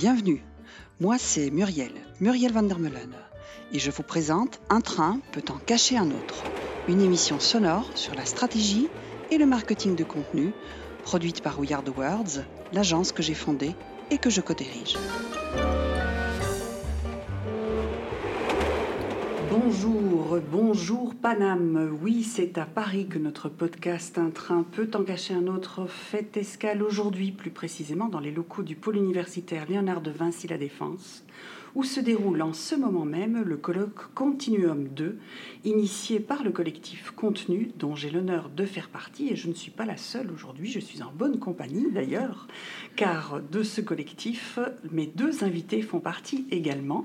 Bienvenue, moi c'est Muriel van der Meulen, et je vous présente Un train peut en cacher un autre, une émission sonore sur la stratégie et le marketing de contenu, produite par We Are The Words, l'agence que j'ai fondée et que je co-dirige. Bonjour Paname. Oui, c'est à Paris que notre podcast Un train peut en cacher un autre fait escale aujourd'hui, plus précisément dans les locaux du pôle universitaire Léonard de Vinci La Défense, où se déroule en ce moment même le colloque Continuum 2, initié par le collectif Contenu, dont j'ai l'honneur de faire partie, et je ne suis pas la seule aujourd'hui, je suis en bonne compagnie d'ailleurs, car de ce collectif, mes deux invités font partie également.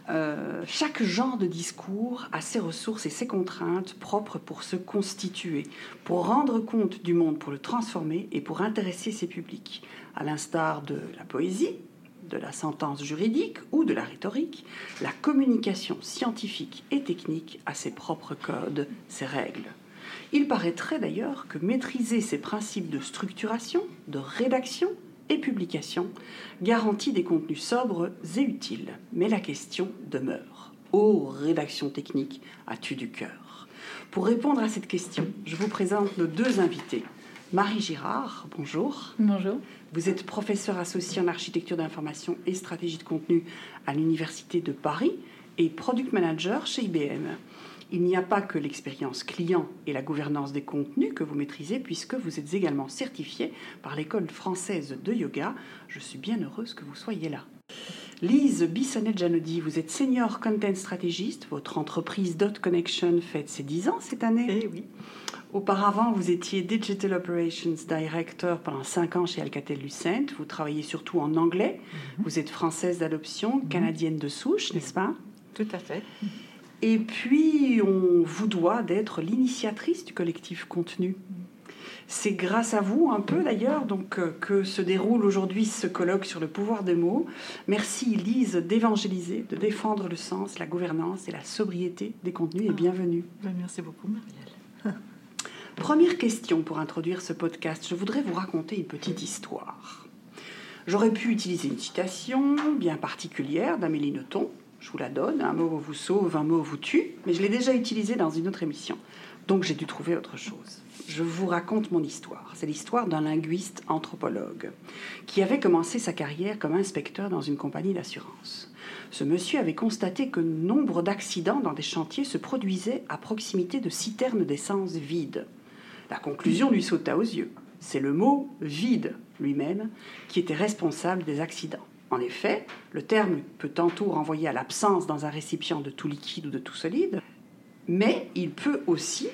Chaque genre de discours a ses ressources et ses contraintes propres pour se constituer, pour rendre compte du monde, pour le transformer et pour intéresser ses publics, à l'instar de la poésie, de la sentence juridique ou de la rhétorique. La communication scientifique et technique a ses propres codes, ses règles. Il paraîtrait d'ailleurs que maîtriser ces principes de structuration, de rédaction et publication garantit des contenus sobres et utiles. Mais la question demeure. Ô rédaction technique, as-tu du cœur ? Pour répondre à cette question, je vous présente nos deux invités. Marie Girard, bonjour. Bonjour. Vous êtes professeure associée en architecture d'information et stratégie de contenu à l'Université de Paris et product manager chez IBM. Il n'y a pas que l'expérience client et la gouvernance des contenus que vous maîtrisez, puisque vous êtes également certifiée par l'École française de yoga. Je suis bien heureuse que vous soyez là. Lise Bissonnette-Janody, vous êtes senior content strategist. Votre entreprise Dot Connection fête ses 10 ans cette année. Eh oui. Auparavant, vous étiez Digital Operations Director pendant 5 ans chez Alcatel-Lucent. Vous travaillez surtout en anglais. Vous êtes française d'adoption, canadienne de souche, n'est-ce pas ? Tout à fait. Et puis, on vous doit d'être l'initiatrice du collectif Contenu. C'est grâce à vous, un peu d'ailleurs, donc, que se déroule aujourd'hui ce colloque sur le pouvoir des mots. Merci Lise d'évangéliser, de défendre le sens, la gouvernance et la sobriété des contenus, et bienvenue. Merci beaucoup, Muriel. Première question pour introduire ce podcast. Je voudrais vous raconter une petite histoire. J'aurais pu utiliser une citation bien particulière d'Amélie Nothomb. Je vous la donne, un mot vous sauve, un mot vous tue, mais je l'ai déjà utilisée dans une autre émission. Donc j'ai dû trouver autre chose. Je vous raconte mon histoire. C'est l'histoire d'un linguiste anthropologue qui avait commencé sa carrière comme inspecteur dans une compagnie d'assurance. Ce monsieur avait constaté que nombre d'accidents dans des chantiers se produisaient à proximité de citernes d'essence vides. La conclusion lui sauta aux yeux. C'est le mot « vide » lui-même qui était responsable des accidents. En effet, le terme peut tantôt renvoyer à l'absence dans un récipient de tout liquide ou de tout solide, mais il peut aussi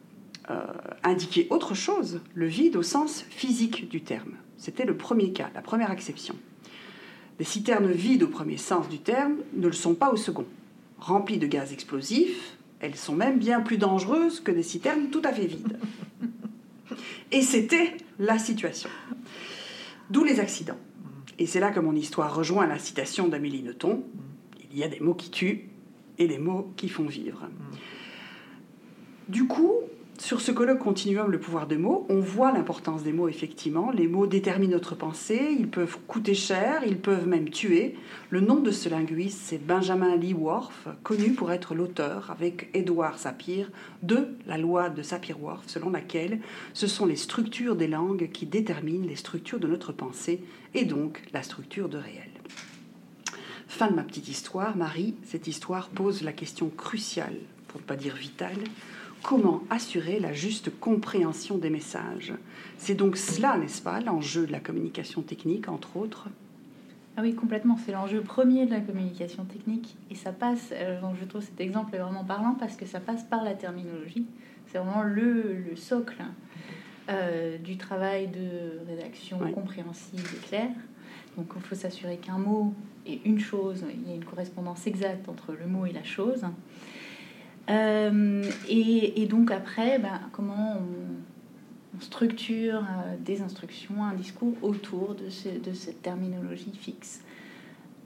indiquer autre chose, le vide au sens physique du terme. C'était le premier cas, la première acception. Les citernes vides au premier sens du terme ne le sont pas au second. Remplies de gaz explosifs, elles sont même bien plus dangereuses que des citernes tout à fait vides. Et c'était la situation. D'où les accidents. Et c'est là que mon histoire rejoint la citation d'Amélie Nothomb. Il y a des mots qui tuent et des mots qui font vivre. Du coup, sur ce colloque Continuum, le pouvoir des mots, on voit l'importance des mots, effectivement. Les mots déterminent notre pensée, ils peuvent coûter cher, ils peuvent même tuer. Le nom de ce linguiste, c'est Benjamin Lee Whorf, connu pour être l'auteur, avec Edward Sapir, de la loi de Sapir-Whorf, selon laquelle ce sont les structures des langues qui déterminent les structures de notre pensée, et donc la structure de réel. Fin de ma petite histoire, Marie. Cette histoire pose la question cruciale, pour ne pas dire vitale. Comment assurer la juste compréhension des messages ? C'est donc cela, n'est-ce pas, l'enjeu de la communication technique, entre autres ? Ah oui, complètement. C'est l'enjeu premier de la communication technique. Et ça passe, je trouve cet exemple est vraiment parlant parce que ça passe par la terminologie. C'est vraiment le socle du travail de rédaction compréhensible et claire. Donc il faut s'assurer qu'un mot est une chose, il y a une correspondance exacte entre le mot et la chose. Et donc après, comment on structure des instructions, un discours autour de cette terminologie fixe.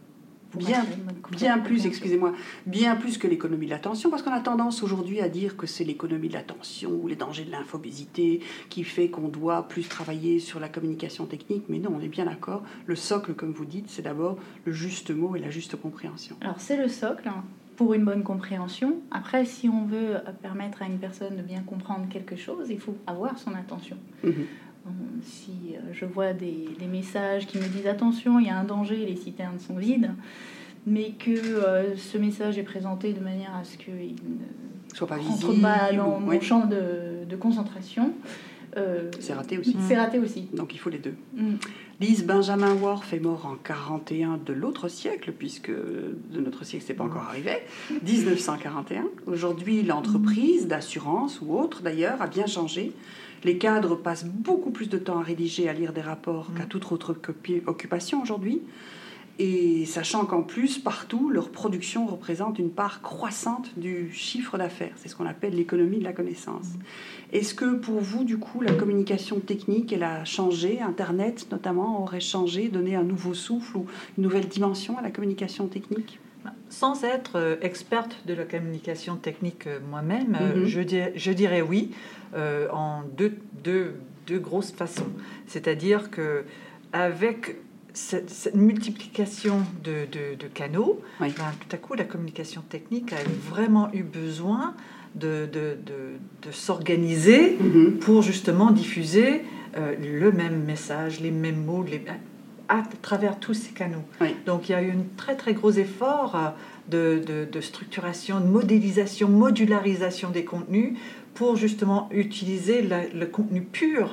bien plus, excusez-moi, bien plus que l'économie de l'attention, parce qu'on a tendance aujourd'hui à dire que c'est l'économie de l'attention ou les dangers de l'infobésité qui fait qu'on doit plus travailler sur la communication technique, mais non, on est bien d'accord, le socle, comme vous dites, c'est d'abord le juste mot et la juste compréhension. Alors c'est le socle pour une bonne compréhension. Après, si on veut permettre à une personne de bien comprendre quelque chose, il faut avoir son attention. Si je vois des messages qui me disent attention, il y a un danger, les citernes sont vides, mais que ce message est présenté de manière à ce qu'il ne soit pas rentre visible, pas dans mon champ de concentration, c'est raté aussi. C'est raté aussi. Donc il faut les deux. Lise, Benjamin Worf est mort en 41 de l'autre siècle, puisque de notre siècle c'est pas encore arrivé, 1941. Aujourd'hui, l'entreprise d'assurance ou autre d'ailleurs a bien changé. Les cadres passent beaucoup plus de temps à rédiger, à lire des rapports qu'à toute autre occupation aujourd'hui. Et sachant qu'en plus, partout, leur production représente une part croissante du chiffre d'affaires. C'est ce qu'on appelle l'économie de la connaissance. Est-ce que pour vous, du coup, la communication technique, elle a changé, Internet notamment, aurait changé, donné un nouveau souffle ou une nouvelle dimension à la communication technique ? Sans être experte de la communication technique moi-même, je dirais oui, en deux grosses façons. C'est-à-dire qu'avec cette multiplication de canaux, tout à coup, la communication technique a vraiment eu besoin de s'organiser pour justement diffuser le même message, les mêmes mots, à travers tous ces canaux. Donc il y a eu un très très gros effort de structuration, de modélisation, modularisation des contenus pour justement utiliser le contenu pur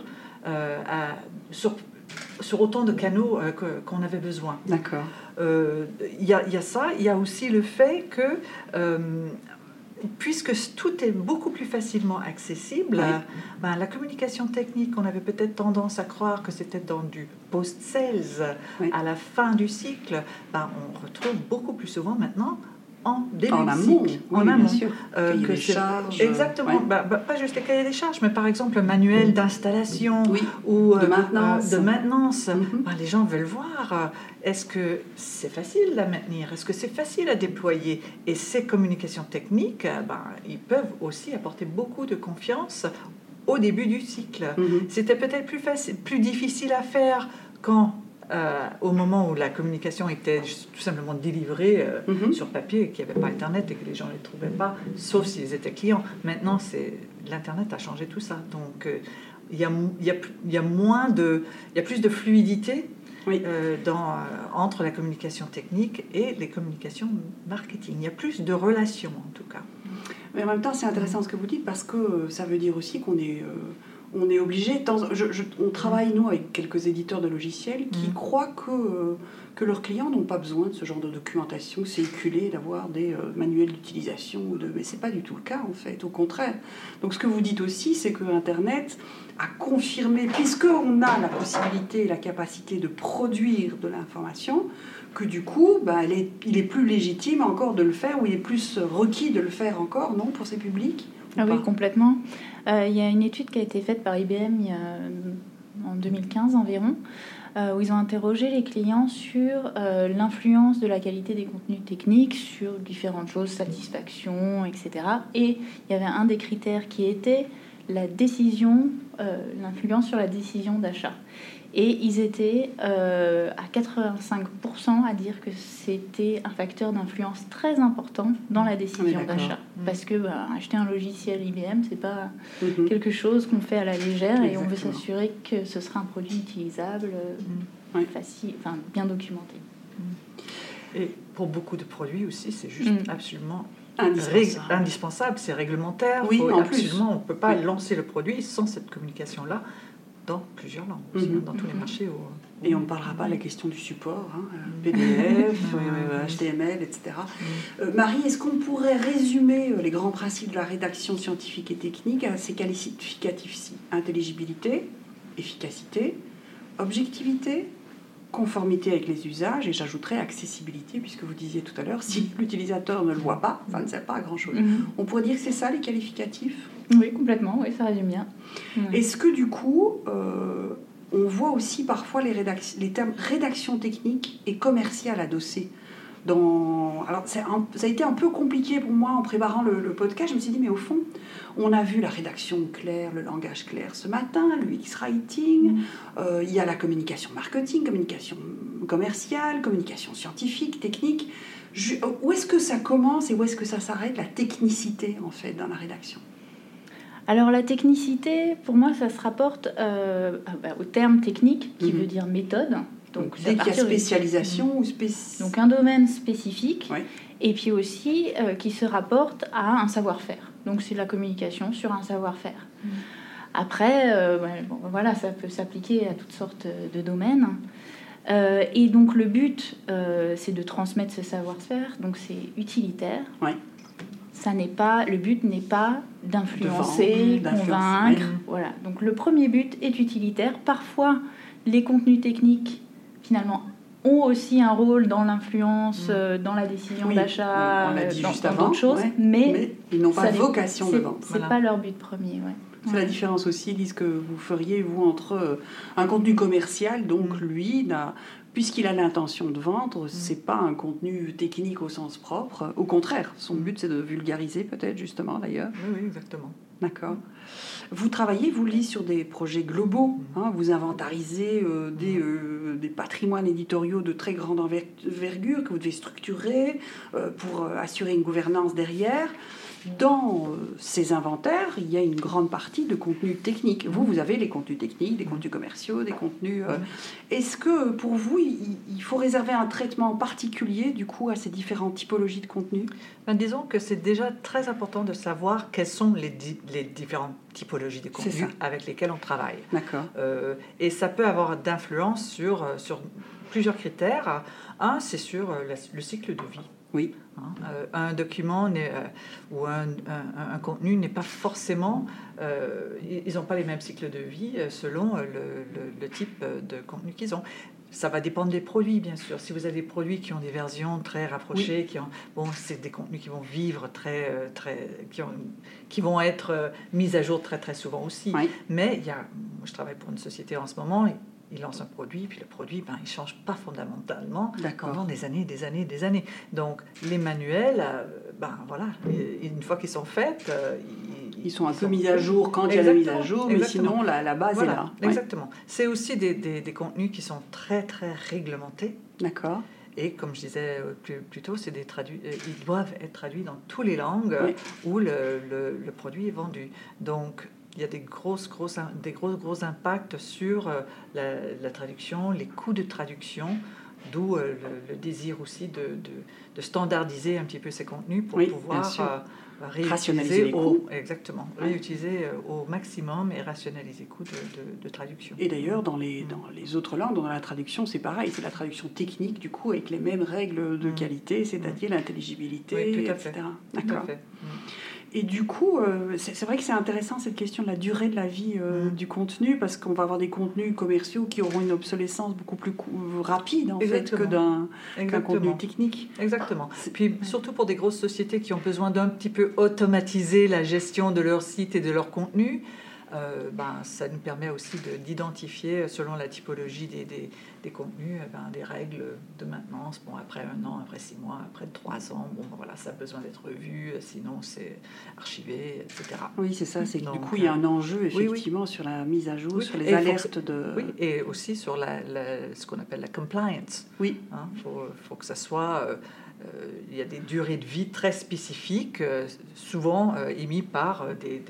sur autant de canaux qu'on avait besoin. D'accord. Il y a ça, il y a aussi le fait que puisque tout est beaucoup plus facilement accessible, la communication technique, on avait peut-être tendance à croire que c'était dans du post-sales, à la fin du cycle, on retrouve beaucoup plus souvent maintenant en début de cycle, en amont. Bien sûr. Cahier des charges. Exactement. Pas juste les cahiers des charges, mais par exemple le manuel d'installation ou de maintenance. Les gens veulent voir, est-ce que c'est facile à maintenir? Est-ce que c'est facile à déployer? Et ces communications techniques, ils peuvent aussi apporter beaucoup de confiance au début du cycle. C'était peut-être plus difficile à faire quand au moment où la communication était tout simplement délivrée sur papier et qu'il n'y avait pas Internet et que les gens ne les trouvaient pas, sauf s'ils étaient clients. Maintenant, l'Internet a changé tout ça. Donc, il y a plus de fluidité entre la communication technique et les communications marketing. Il y a plus de relations, en tout cas. Mais en même temps, c'est intéressant ce que vous dites parce que ça veut dire aussi qu'on est... on est obligé, on travaille nous avec quelques éditeurs de logiciels qui croient que leurs clients n'ont pas besoin de ce genre de documentation séculée, d'avoir des manuels d'utilisation, mais c'est pas du tout le cas en fait, au contraire. Donc ce que vous dites aussi, c'est que Internet a confirmé, puisqu'on a la possibilité et la capacité de produire de l'information, que du coup, il est plus légitime encore de le faire, ou il est plus requis de le faire encore, non, pour ces publics ? Oui, complètement. Il y a une étude qui a été faite par IBM en 2015 environ, où ils ont interrogé les clients sur l'influence de la qualité des contenus techniques sur différentes choses, satisfaction, etc. Et il y avait un des critères qui était l'influence sur la décision d'achat. Et ils étaient à 85% à dire que c'était un facteur d'influence très important dans la décision d'achat. Parce que acheter un logiciel IBM, c'est pas quelque chose qu'on fait à la légère. Et on veut s'assurer que ce sera un produit utilisable, facile, bien documenté. Et pour beaucoup de produits aussi, c'est juste absolument indispensable. C'est réglementaire. Oui, en plus. On ne peut pas lancer le produit sans cette communication-là dans plusieurs langues, aussi, dans tous les marchés. Et on ne parlera pas de la question du support, PDF, HTML, etc. Marie, est-ce qu'on pourrait résumer les grands principes de la rédaction scientifique et technique à ces qualificatifs-ci? Intelligibilité, efficacité, objectivité, conformité avec les usages, et j'ajouterais accessibilité, puisque vous disiez tout à l'heure, si l'utilisateur ne le voit pas, ça ne sert pas à grand-chose. On pourrait dire que c'est ça les qualificatifs? Oui, complètement, oui, ça résume bien. Est-ce que du coup, on voit aussi parfois les termes rédaction technique et commerciale adossés? Alors, ça a été un peu compliqué pour moi en préparant le podcast. Je me suis dit, mais au fond, on a vu la rédaction claire, le langage clair ce matin, le UX-writing, il y a la communication marketing, communication commerciale, communication scientifique, technique. Où est-ce que ça commence et où est-ce que ça s'arrête, la technicité, en fait, dans la rédaction ? Alors la technicité, pour moi, ça se rapporte au terme technique, qui veut dire méthode. Donc dès qu'il y a spécialisation ou donc un domaine spécifique, ouais. Et puis aussi qui se rapporte à un savoir-faire. Donc c'est la communication sur un savoir-faire. Après, voilà, ça peut s'appliquer à toutes sortes de domaines. Et donc le but, c'est de transmettre ce savoir-faire. Donc c'est utilitaire. Ouais. Le but n'est pas d'influencer, convaincre. Ouais. Voilà. Donc le premier but est utilitaire. Parfois, les contenus techniques, finalement, ont aussi un rôle dans l'influence, dans la décision d'achat, dans d'autres choses, mais ils n'ont pas vocation de vente. C'est pas leur but premier. Ouais. C'est la différence aussi, Lise, que vous feriez, vous, entre un contenu commercial, donc lui, puisqu'il a l'intention de vendre, c'est pas un contenu technique au sens propre. Au contraire, son but, c'est de vulgariser, peut-être, justement, d'ailleurs. Oui, exactement. D'accord. Vous travaillez, vous, Lise, sur des projets globaux. Vous inventarisez des patrimoines éditoriaux de très grande envergure que vous devez structurer pour assurer une gouvernance derrière. Dans ces inventaires, il y a une grande partie de contenu technique. Vous avez les contenus techniques, des contenus commerciaux, des contenus... Est-ce que, pour vous, il faut réserver un traitement particulier, du coup, à ces différentes typologies de contenus ? Disons que c'est déjà très important de savoir quelles sont les différentes typologies de contenus avec lesquelles on travaille. D'accord. Et ça peut avoir d'influence sur plusieurs critères. Un, c'est sur le cycle de vie. Oui. Un document ou un contenu n'est pas forcément... ils n'ont pas les mêmes cycles de vie selon le type de contenu qu'ils ont. Ça va dépendre des produits, bien sûr. Si vous avez des produits qui ont des versions très rapprochées, c'est des contenus qui vont vivre qui vont être mis à jour très très souvent aussi. Oui. Mais moi, je travaille pour une société en ce moment. Il lance un produit, puis le produit, il ne change pas fondamentalement pendant des années. Donc, les manuels, une fois qu'ils sont faits... ils sont un peu mis à jour quand il y a la mise à jour, mais sinon, la base est là. Exactement. Ouais. C'est aussi des contenus qui sont très, très réglementés. D'accord. Et comme je disais plus tôt, ils doivent être traduits dans toutes les langues où le produit est vendu. Donc, il y a des gros impacts sur la traduction, les coûts de traduction, d'où le désir aussi de standardiser un petit peu ces contenus pour pouvoir rationaliser les coûts. Exactement, réutiliser au maximum et rationaliser les coûts de traduction. Et d'ailleurs, dans les autres langues, dans la traduction, c'est pareil, c'est la traduction technique, du coup, avec les mêmes règles de qualité, c'est-à-dire l'intelligibilité, tout à etc. Fait. D'accord. Tout à fait. Et du coup, c'est vrai que c'est intéressant cette question de la durée de la vie du contenu, parce qu'on va avoir des contenus commerciaux qui auront une obsolescence beaucoup plus rapide en fait que qu'un contenu technique. Exactement. Puis surtout pour des grosses sociétés qui ont besoin d'un petit peu automatiser la gestion de leur site et de leur contenu, ça nous permet aussi d'identifier selon la typologie des contenus des règles de maintenance. Après 1 an, après 6 mois, après 3 ans, ça a besoin d'être revu, sinon c'est archivé, etc. Oui, c'est ça. C'est que du coup, il y a un enjeu effectivement sur la mise à jour, sur les alertes Oui, et aussi sur ce qu'on appelle la compliance. Oui. Faut que ça soit... il y a des durées de vie très spécifiques, souvent émises par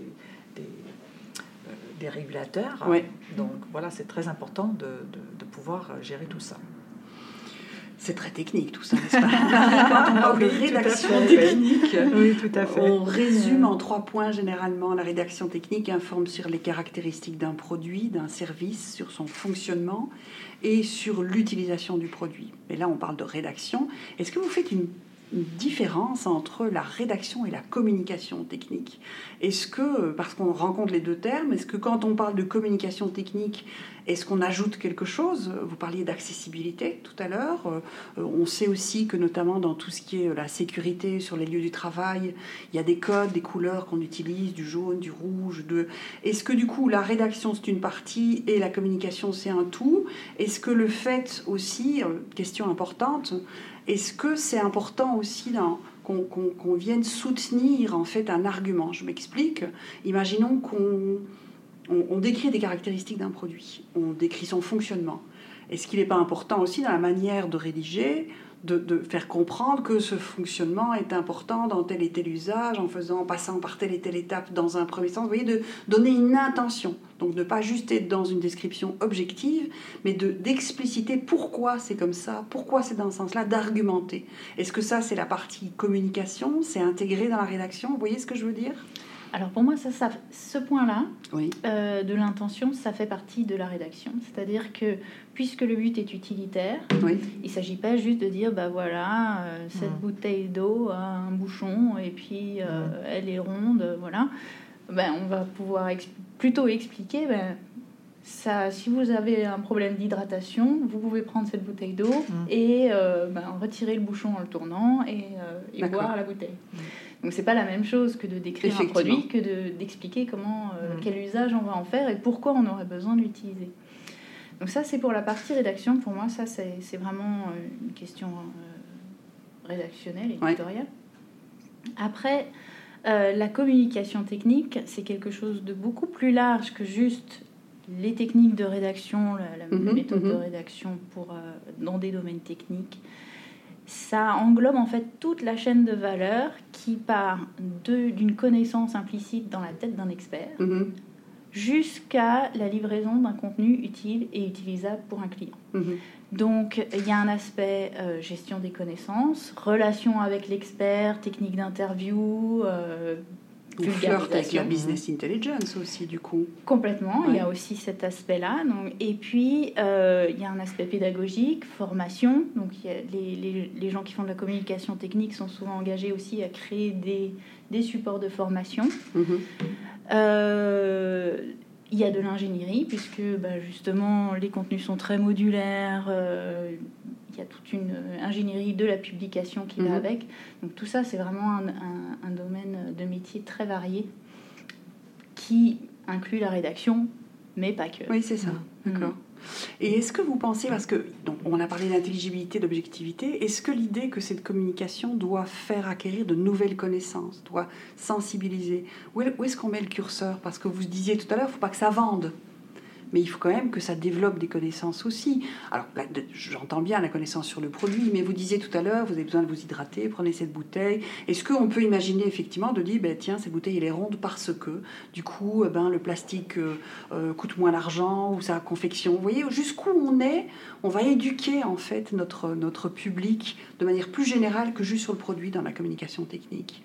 des régulateurs. Donc voilà, c'est très important de pouvoir gérer tout ça. C'est très technique tout ça, n'est-ce pas? Quand on parle de rédaction technique, oui, tout à fait. On résume en 3 points généralement. La rédaction technique informe sur les caractéristiques d'un produit, d'un service, sur son fonctionnement et sur l'utilisation du produit. Et là, on parle de rédaction. Est-ce que vous faites une différence entre la rédaction et la communication technique? Est-ce que, parce qu'on rencontre les 2 termes, est-ce que quand on parle de communication technique, est-ce qu'on ajoute quelque chose? Vous parliez d'accessibilité tout à l'heure. On sait aussi que notamment dans tout ce qui est la sécurité sur les lieux du travail, il y a des codes, des couleurs qu'on utilise, du jaune, du rouge. Est-ce que du coup la rédaction c'est une partie et la communication c'est un tout? Est-ce que le fait aussi, question importante, est-ce que c'est important aussi qu'on vienne soutenir en fait un argument? Je m'explique. Imaginons qu'on décrit des caractéristiques d'un produit, on décrit son fonctionnement. Est-ce qu'il n'est pas important aussi dans la manière de rédiger de faire comprendre que ce fonctionnement est important dans tel et tel usage, en passant par telle et telle étape dans un premier sens, vous voyez, de donner une intention. Donc ne pas juste être dans une description objective, mais d'expliciter pourquoi c'est comme ça, pourquoi c'est dans ce sens-là, d'argumenter. Est-ce que ça, c'est la partie communication, c'est intégré dans la rédaction? Vous voyez ce que je veux dire? Alors pour moi, ce point-là, oui. De l'intention, ça fait partie de la rédaction. C'est-à-dire que puisque le but est utilitaire, oui. Il ne s'agit pas juste de dire, cette bouteille d'eau a un bouchon et puis elle est ronde, voilà. On va pouvoir plutôt expliquer, si vous avez un problème d'hydratation, vous pouvez prendre cette bouteille d'eau et retirer le bouchon en le tournant et boire la bouteille. Donc c'est pas la même chose que de décrire un produit que d'expliquer quel usage on va en faire et pourquoi on aurait besoin de l'utiliser. Donc ça c'est pour la partie rédaction. Pour moi ça c'est vraiment une question rédactionnelle, éditoriale. Après la communication technique c'est quelque chose de beaucoup plus large que juste les techniques de rédaction, la méthode de rédaction dans des domaines techniques. Ça englobe en fait toute la chaîne de valeur qui part d'une connaissance implicite dans la tête d'un expert jusqu'à la livraison d'un contenu utile et utilisable pour un client. Donc il y a un aspect gestion des connaissances, relation avec l'expert, technique d'interview, Vous flirtez avec la business intelligence aussi, du coup. Complètement, il y a aussi cet aspect-là. Et puis, il y a un aspect pédagogique, formation. Donc, les gens qui font de la communication technique sont souvent engagés aussi à créer des supports de formation. Il y a de l'ingénierie, puisque justement, les contenus sont très modulaires. Il y a toute une ingénierie de la publication qui va avec. Donc tout ça, c'est vraiment un domaine de métier très varié qui inclut la rédaction, mais pas que. Oui, c'est ça. D'accord. Et est-ce que vous pensez, parce que donc, on a parlé d'intelligibilité, d'objectivité, est-ce que l'idée que cette communication doit faire acquérir de nouvelles connaissances, doit sensibiliser? Où est-ce qu'on met le curseur? Parce que vous disiez tout à l'heure, il ne faut pas que ça vende. Mais il faut quand même que ça développe des connaissances aussi. Alors, là, j'entends bien la connaissance sur le produit, mais vous disiez tout à l'heure, vous avez besoin de vous hydrater, prenez cette bouteille. Est-ce qu'on peut imaginer effectivement de dire, tiens, cette bouteille, elle est ronde parce que, du coup, le plastique coûte moins d'argent ou sa confection. Vous voyez, jusqu'où on va éduquer en fait notre public de manière plus générale que juste sur le produit dans la communication technique.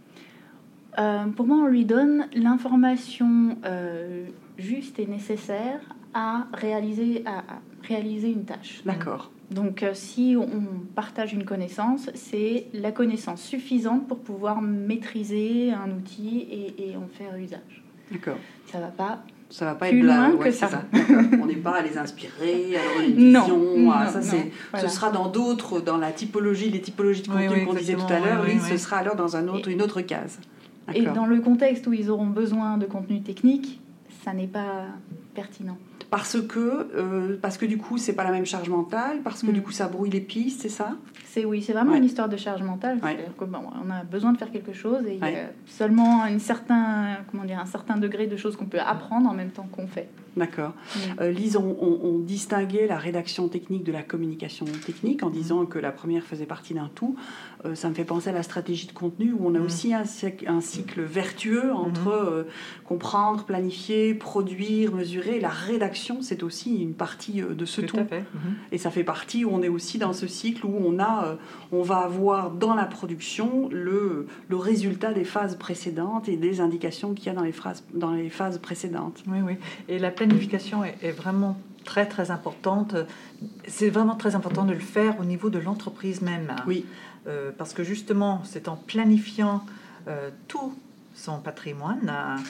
Pour moi, on lui donne l'information juste et nécessaire à réaliser une tâche. D'accord. Donc, si on partage une connaissance, c'est la connaissance suffisante pour pouvoir maîtriser un outil et en faire usage. D'accord. Ça va pas être loin que ça. On n'est pas à les inspirer, à leur une vision. Ce sera dans la typologie, les typologies de contenu qu'on disait tout à l'heure. Ce sera alors dans une autre case. D'accord. Et dans le contexte où ils auront besoin de contenu technique, ça n'est pas pertinent. Parce que du coup, c'est pas la même charge mentale, parce que du coup, ça brouille les pistes, c'est ça? C'est vraiment une histoire de charge mentale. C'est-à-dire qu'on a besoin de faire quelque chose et il y a seulement un certain degré de choses qu'on peut apprendre en même temps qu'on fait. D'accord. Lise, on distinguait la rédaction technique de la communication technique en disant que la première faisait partie d'un tout. Ça me fait penser à la stratégie de contenu où on a aussi un cycle vertueux entre comprendre, planifier, produire, mesurer. La rédaction, c'est aussi une partie de ce tout. Tout à fait. Et ça fait partie où on est aussi dans ce cycle où on va avoir dans la production le résultat des phases précédentes et des indications qu'il y a dans les phases précédentes. Oui. Et la planification est vraiment très très importante. C'est vraiment très important de le faire au niveau de l'entreprise même. Oui. Parce que justement, c'est en planifiant tout son patrimoine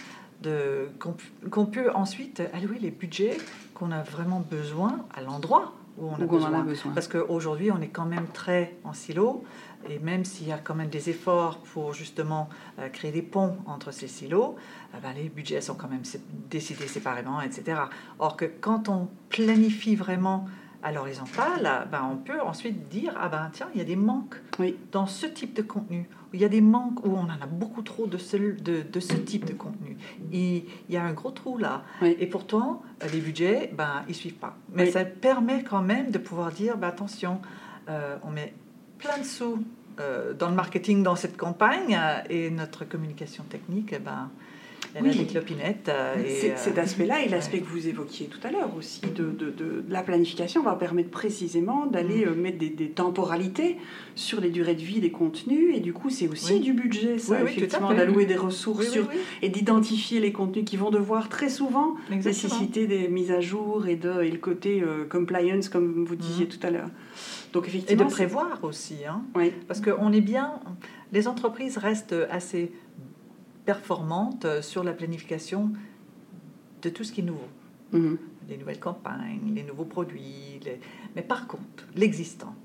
qu'on peut ensuite allouer les budgets qu'on a vraiment besoin à l'endroit où on a besoin. Parce qu'aujourd'hui, on est quand même très en silo. Et même s'il y a quand même des efforts pour justement créer des ponts entre ces silos, les budgets sont quand même décidés séparément, etc. Or que quand on planifie vraiment à l'horizontale, on peut ensuite dire, tiens, il y a des manques dans ce type de contenu. Il y a des manques où on en a beaucoup trop de ce type de contenu. Il y a un gros trou là. Oui. Et pourtant, les budgets, ils ne suivent pas. Mais ça permet quand même de pouvoir dire, attention, on met plein de sous dans le marketing dans cette campagne et notre communication technique, elle a des clopinettes. Cet aspect-là et l'aspect que vous évoquiez tout à l'heure aussi de la planification va permettre précisément d'aller mettre des temporalités sur les durées de vie des contenus et du coup c'est aussi du budget ça, effectivement, d'allouer des ressources et d'identifier les contenus qui vont devoir très souvent nécessiter des mises à jour et le côté compliance comme vous disiez tout à l'heure. Donc, effectivement, et de prévoir aussi, parce qu'on est bien, les entreprises restent assez performantes sur la planification de tout ce qui est nouveau. Les nouvelles campagnes, les nouveaux produits. Mais par contre, l'existant,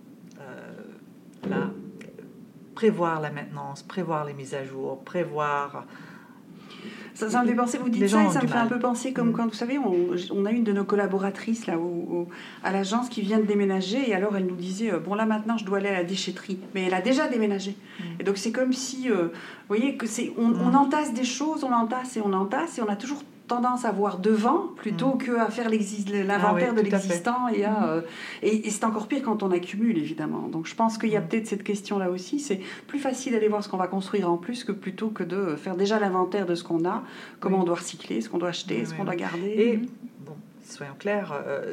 prévoir la maintenance, prévoir les mises à jour, prévoir... Ça me fait penser, vous dites ça, et ça me fait un peu penser comme quand, vous savez, on a une de nos collaboratrices là, à l'agence qui vient de déménager, et alors elle nous disait, bon là maintenant je dois aller à la déchetterie, mais elle a déjà déménagé. Et donc c'est comme si, vous voyez, que on entasse des choses, on entasse, et on a toujours tendance à voir devant plutôt qu'à faire l'inventaire de l'existant et c'est encore pire quand on accumule évidemment. Donc je pense qu'il y a peut-être cette question là aussi, c'est plus facile d'aller voir ce qu'on va construire en plus que plutôt que de faire déjà l'inventaire de ce qu'on a, comment on doit recycler, ce qu'on doit acheter, ce qu'on doit garder. Et bon, soyons clairs,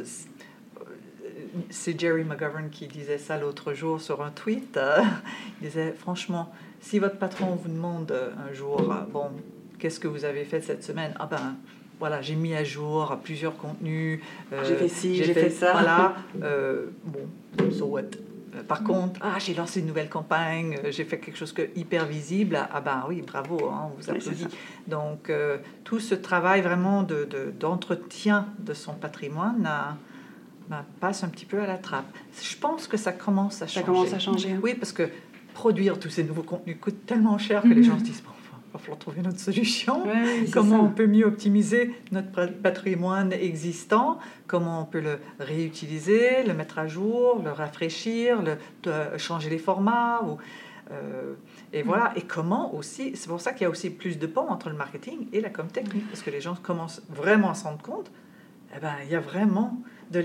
c'est Jerry McGovern qui disait ça l'autre jour sur un tweet. Il disait franchement, si votre patron vous demande un jour qu'est-ce que vous avez fait cette semaine? Voilà, j'ai mis à jour plusieurs contenus. J'ai fait ci, j'ai fait ça. Voilà. So what? Par contre, j'ai lancé une nouvelle campagne, j'ai fait quelque chose de hyper visible. Oui, bravo, on vous applaudit. Donc, tout ce travail vraiment d'entretien de son patrimoine passe un petit peu à la trappe. Je pense que ça commence à changer. Ça commence à changer. Oui, parce que produire tous ces nouveaux contenus coûte tellement cher que les gens se disent il va falloir trouver notre solution. Comment on peut mieux optimiser notre patrimoine existant, comment on peut le réutiliser, le mettre à jour, le rafraîchir, changer les formats. Et voilà. Et comment aussi, c'est pour ça qu'il y a aussi plus de ponts entre le marketing et la com technique, parce que les gens commencent vraiment à se rendre compte, il y a vraiment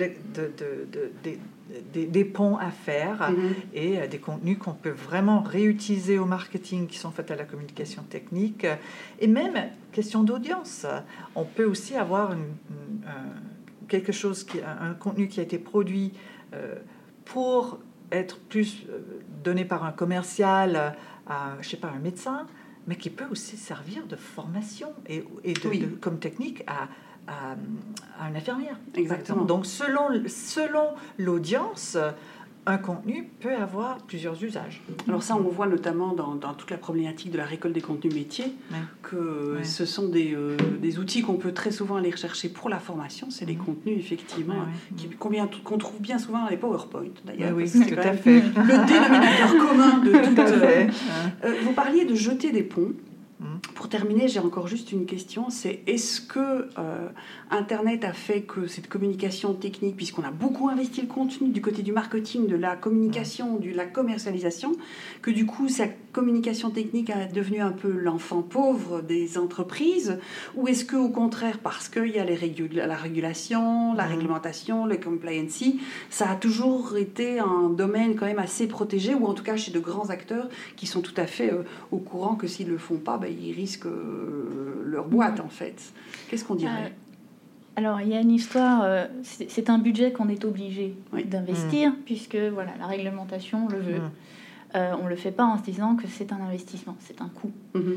des ponts à faire et des contenus qu'on peut vraiment réutiliser au marketing qui sont faits à la communication technique. Et même, question d'audience, on peut aussi avoir quelque chose, un contenu qui a été produit pour être plus donné par un commercial à, un médecin, mais qui peut aussi servir de formation et comme technique à une infirmière. Exactement. Donc, selon l'audience, un contenu peut avoir plusieurs usages. Alors ça, on voit notamment dans toute la problématique de la récolte des contenus métiers, que ce sont des outils qu'on peut très souvent aller rechercher pour la formation. C'est des contenus, effectivement, qu'on trouve bien souvent dans les PowerPoint, d'ailleurs. Oui, tout à fait. Le dénominateur commun de tout. Vous parliez de jeter des ponts. Pour terminer, j'ai encore juste une question, c'est est-ce que Internet a fait que cette communication technique, puisqu'on a beaucoup investi le contenu du côté du marketing, de la communication, de la commercialisation, que du coup, sa communication technique est devenue un peu l'enfant pauvre des entreprises, ou est-ce qu'au contraire, parce qu'il y a la régulation, la réglementation, le compliance, ça a toujours été un domaine quand même assez protégé, ou en tout cas chez de grands acteurs qui sont tout à fait au courant que s'ils ne le font pas, ils risquent leur boîte en fait. Qu'est-ce qu'on dirait ? Alors, il y a une histoire, c'est un budget qu'on est obligé d'investir, puisque voilà, la réglementation le veut. On ne le fait pas en se disant que c'est un investissement, c'est un coût.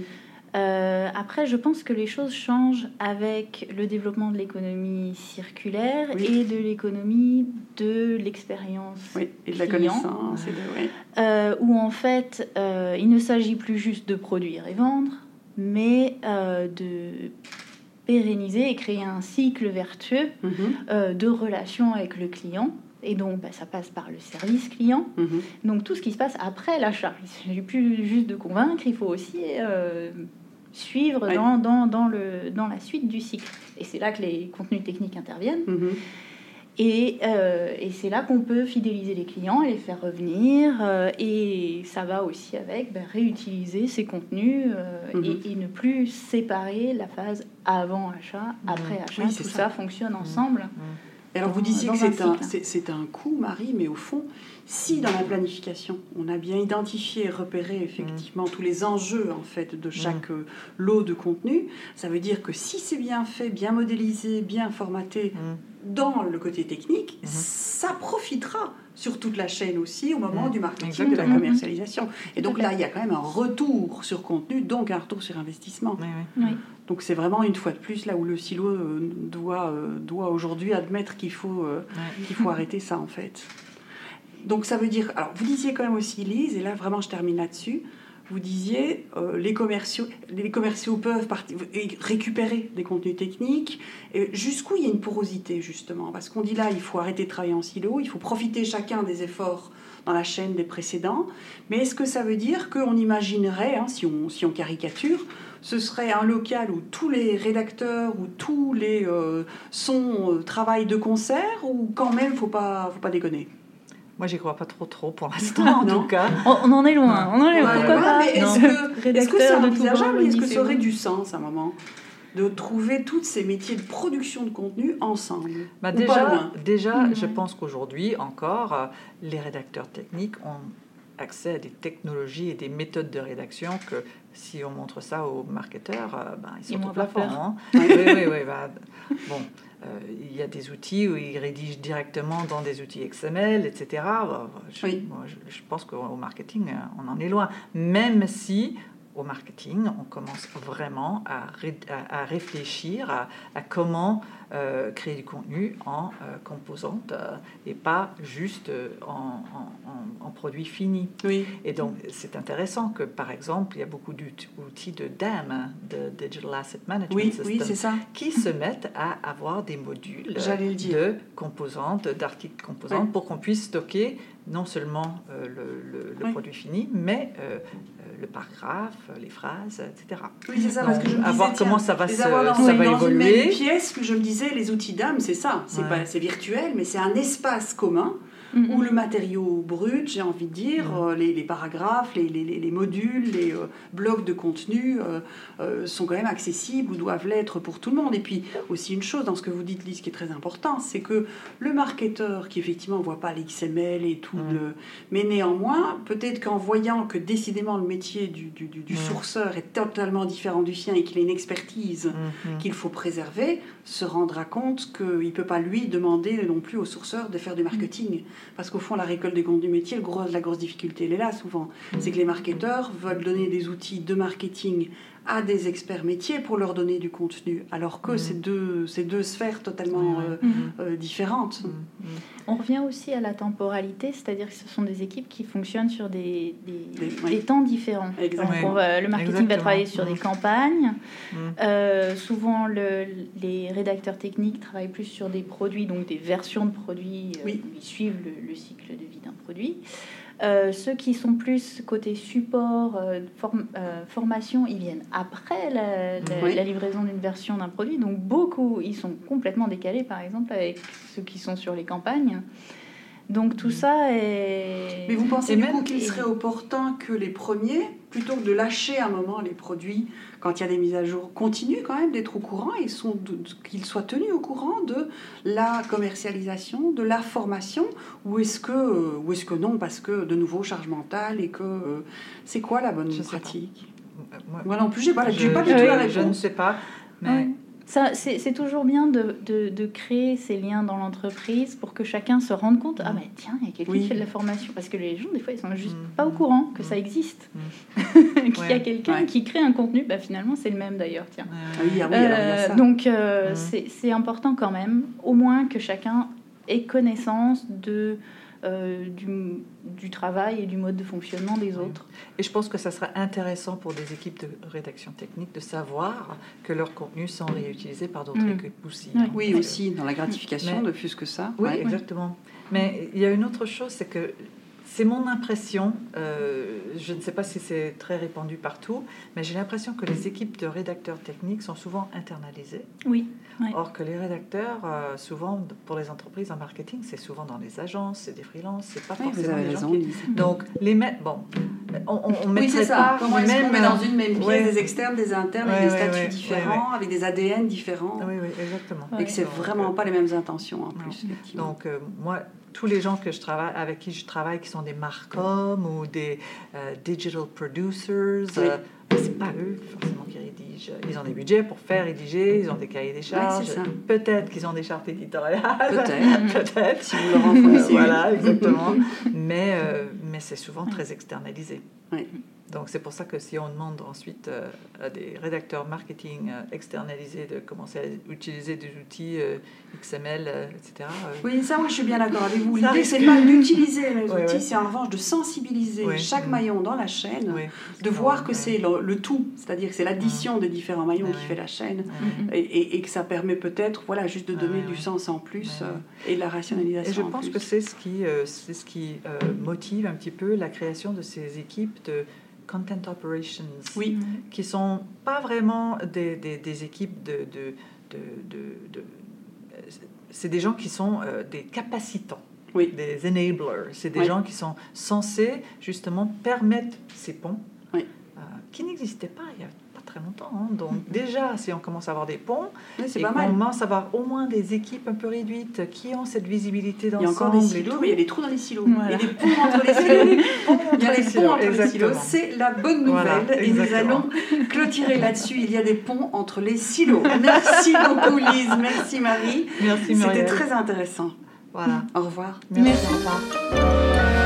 Après, je pense que les choses changent avec le développement de l'économie circulaire et de l'économie de l'expérience et de la connaissance. Où en fait, il ne s'agit plus juste de produire et vendre, mais de pérenniser et créer un cycle vertueux de relations avec le client. Et donc, ça passe par le service client. Donc, tout ce qui se passe après l'achat. Il ne s'agit plus juste de convaincre, il faut aussi suivre dans la suite du cycle. Et c'est là que les contenus techniques interviennent. Et c'est là qu'on peut fidéliser les clients et les faire revenir. Et ça va aussi avec réutiliser ces contenus et ne plus séparer la phase avant achat, après achat. Oui, tout ça fonctionne ensemble. Et alors vous disiez que c'est un coût, Marie, mais au fond, si dans la planification, on a bien identifié et repéré effectivement tous les enjeux en fait de chaque lot de contenu, ça veut dire que si c'est bien fait, bien modélisé, bien formaté dans le côté technique, ça profitera sur toute la chaîne aussi au moment du marketing, de la commercialisation. Et donc là, il y a quand même un retour sur contenu, donc un retour sur investissement. Oui. Donc c'est vraiment une fois de plus là où le silo doit aujourd'hui admettre qu'il faut arrêter ça en fait. Donc ça veut dire, alors vous disiez quand même aussi Lise, et là vraiment je termine là-dessus, vous disiez les commerciaux peuvent récupérer des contenus techniques, et jusqu'où il y a une porosité justement, parce qu'on dit là il faut arrêter de travailler en silo, il faut profiter chacun des efforts dans la chaîne des précédents, mais est-ce que ça veut dire qu'on imaginerait, si on caricature, ce serait un local où tous les rédacteurs ou tous les travaillent de concert, ou quand même faut pas déconner? Moi, j'y crois pas trop pour l'instant, en tout cas. On en est loin. Pourquoi pas? Mais est-ce que c'est envisageable? Est-ce que ça aurait du sens à un moment de trouver tous ces métiers de production de contenu ensemble? Déjà, je pense qu'aujourd'hui encore, les rédacteurs techniques ont accès à des technologies et des méthodes de rédaction que si on montre ça aux marketeurs, ils sont tout plafonds. Oui. Bon, il y a des outils où ils rédigent directement dans des outils XML, etc. Je pense qu'au marketing, on en est loin. Même si au marketing, on commence vraiment à réfléchir à comment créer du contenu en composantes et pas juste en produit fini. Oui. Et donc, c'est intéressant que, par exemple, il y a beaucoup d'outils de DAM, de Digital Asset Management System, c'est ça. qui se mettent à avoir des modules de composantes, d'articles composantes, pour qu'on puisse stocker non seulement le produit fini, mais le paragraphe, les phrases, etc. Oui, c'est ça, donc, parce que je me disais, voir comment ça va évoluer. Dans une même pièce, je me disais, les outils d'âme, c'est ça. C'est virtuel, mais c'est un espace commun où le matériau brut, j'ai envie de dire, les paragraphes, les modules, les blocs de contenu sont quand même accessibles ou doivent l'être pour tout le monde. Et puis aussi une chose dans ce que vous dites, Lise, qui est très important, c'est que le marketeur qui effectivement ne voit pas l'XML et tout, mais néanmoins, peut-être qu'en voyant que décidément le métier du sourceur est totalement différent du sien et qu'il a une expertise qu'il faut préserver, se rendra compte qu'il ne peut pas lui demander non plus au sourceur de faire du marketing. Parce qu'au fond, la récolte des contenus métiers, la grosse difficulté, elle est là souvent. C'est que les marketeurs veulent donner des outils de marketing à des experts métiers pour leur donner du contenu, alors que c'est deux sphères totalement différentes. On revient aussi à la temporalité, c'est-à-dire que ce sont des équipes qui fonctionnent sur des temps différents. Donc le marketing va travailler sur des campagnes. Souvent, les rédacteurs techniques travaillent plus sur des produits, donc des versions de produits. Ils suivent le cycle de vie d'un produit. Ceux qui sont plus côté support, formation, ils viennent après la livraison d'une version d'un produit. Donc beaucoup, ils sont complètement décalés, par exemple, avec ceux qui sont sur les campagnes. Donc tout ça est... Mais vous pensez du coup qu'il serait opportun que les premiers, plutôt que de lâcher à un moment les produits, quand il y a des mises à jour, continuent quand même d'être au courant, qu'ils soient tenus au courant de la commercialisation, de la formation, ou est-ce que non, parce que de nouveau charge mentale et que c'est quoi la bonne pratique? Moi non plus, j'ai pas du tout la réponse. Je ne sais pas, mais... Ça, c'est toujours bien de créer ces liens dans l'entreprise pour que chacun se rende compte, mais tiens, il y a quelqu'un qui fait de la formation. Parce que les gens, des fois, ils sont juste pas au courant que ça existe. Qu'il y a quelqu'un qui crée un contenu, finalement, c'est le même d'ailleurs. Tiens. Alors, il y a ça. Donc, c'est important quand même, au moins que chacun ait connaissance du travail et du mode de fonctionnement des autres. Et je pense que ça sera intéressant pour des équipes de rédaction technique de savoir que leurs contenus sont réutilisés par d'autres équipes aussi. Oui, aussi, dans la gratification, ne fût-ce que ça. Oui, exactement. Mais il y a une autre chose, c'est que c'est mon impression, je ne sais pas si c'est très répandu partout, mais j'ai l'impression que les équipes de rédacteurs techniques sont souvent internalisées. Oui. Ouais. Or que les rédacteurs, souvent, pour les entreprises en marketing, c'est souvent dans les agences, c'est des freelances, c'est pas forcément des gens qui... Donc, les mettre... Bon, on met c'est ça. Comment est-ce qu'on met dans une même pièce des externes, des internes, avec des statuts différents, avec des ADN différents. Oui, exactement. Et que c'est vraiment pas les mêmes intentions, en plus. Donc, moi... Tous les gens avec qui je travaille, qui sont des marcom ou des digital producers, c'est pas eux forcément qui rédigent. Ils ont des budgets pour faire rédiger, ils ont des cahiers des charges. Peut-être qu'ils ont des chartes éditoriales. Peut-être. Si vous leur en fournissez. Voilà, exactement. Mais c'est souvent très externalisé. Oui. Donc c'est pour ça que si on demande ensuite à des rédacteurs marketing externalisés de commencer à utiliser des outils XML, etc. Oui, ça, moi je suis bien d'accord avec vous. L'idée, c'est pas d'utiliser les outils, c'est en revanche de sensibiliser chaque maillon dans la chaîne, de voir que c'est le tout, c'est-à-dire que c'est l'addition des différents maillons qui fait la chaîne, et que ça permet peut-être juste de donner du sens en plus et de la rationalisation. Et je pense que c'est ce qui motive un petit peu la création de ces équipes de Content Operations, qui sont pas vraiment des équipes c'est des gens qui sont des capacitants, des enablers. C'est des gens qui sont censés justement permettre ces ponts qui n'existaient pas il y a pas très longtemps. Donc déjà, si on commence à avoir des ponts, et qu'on commence à avoir au moins des équipes un peu réduites qui ont cette visibilité d'ensemble. Il y a encore des silos, il y a des trous dans les silos. Il y a des ponts entre les silos. Il y a des ponts entre les silos. C'est la bonne nouvelle. Et nous allons clôturer là-dessus. Il y a des ponts entre les silos. Merci beaucoup Lise. Merci Marie. Merci Muriel. C'était très intéressant. Voilà. Au revoir. Merci. Au revoir.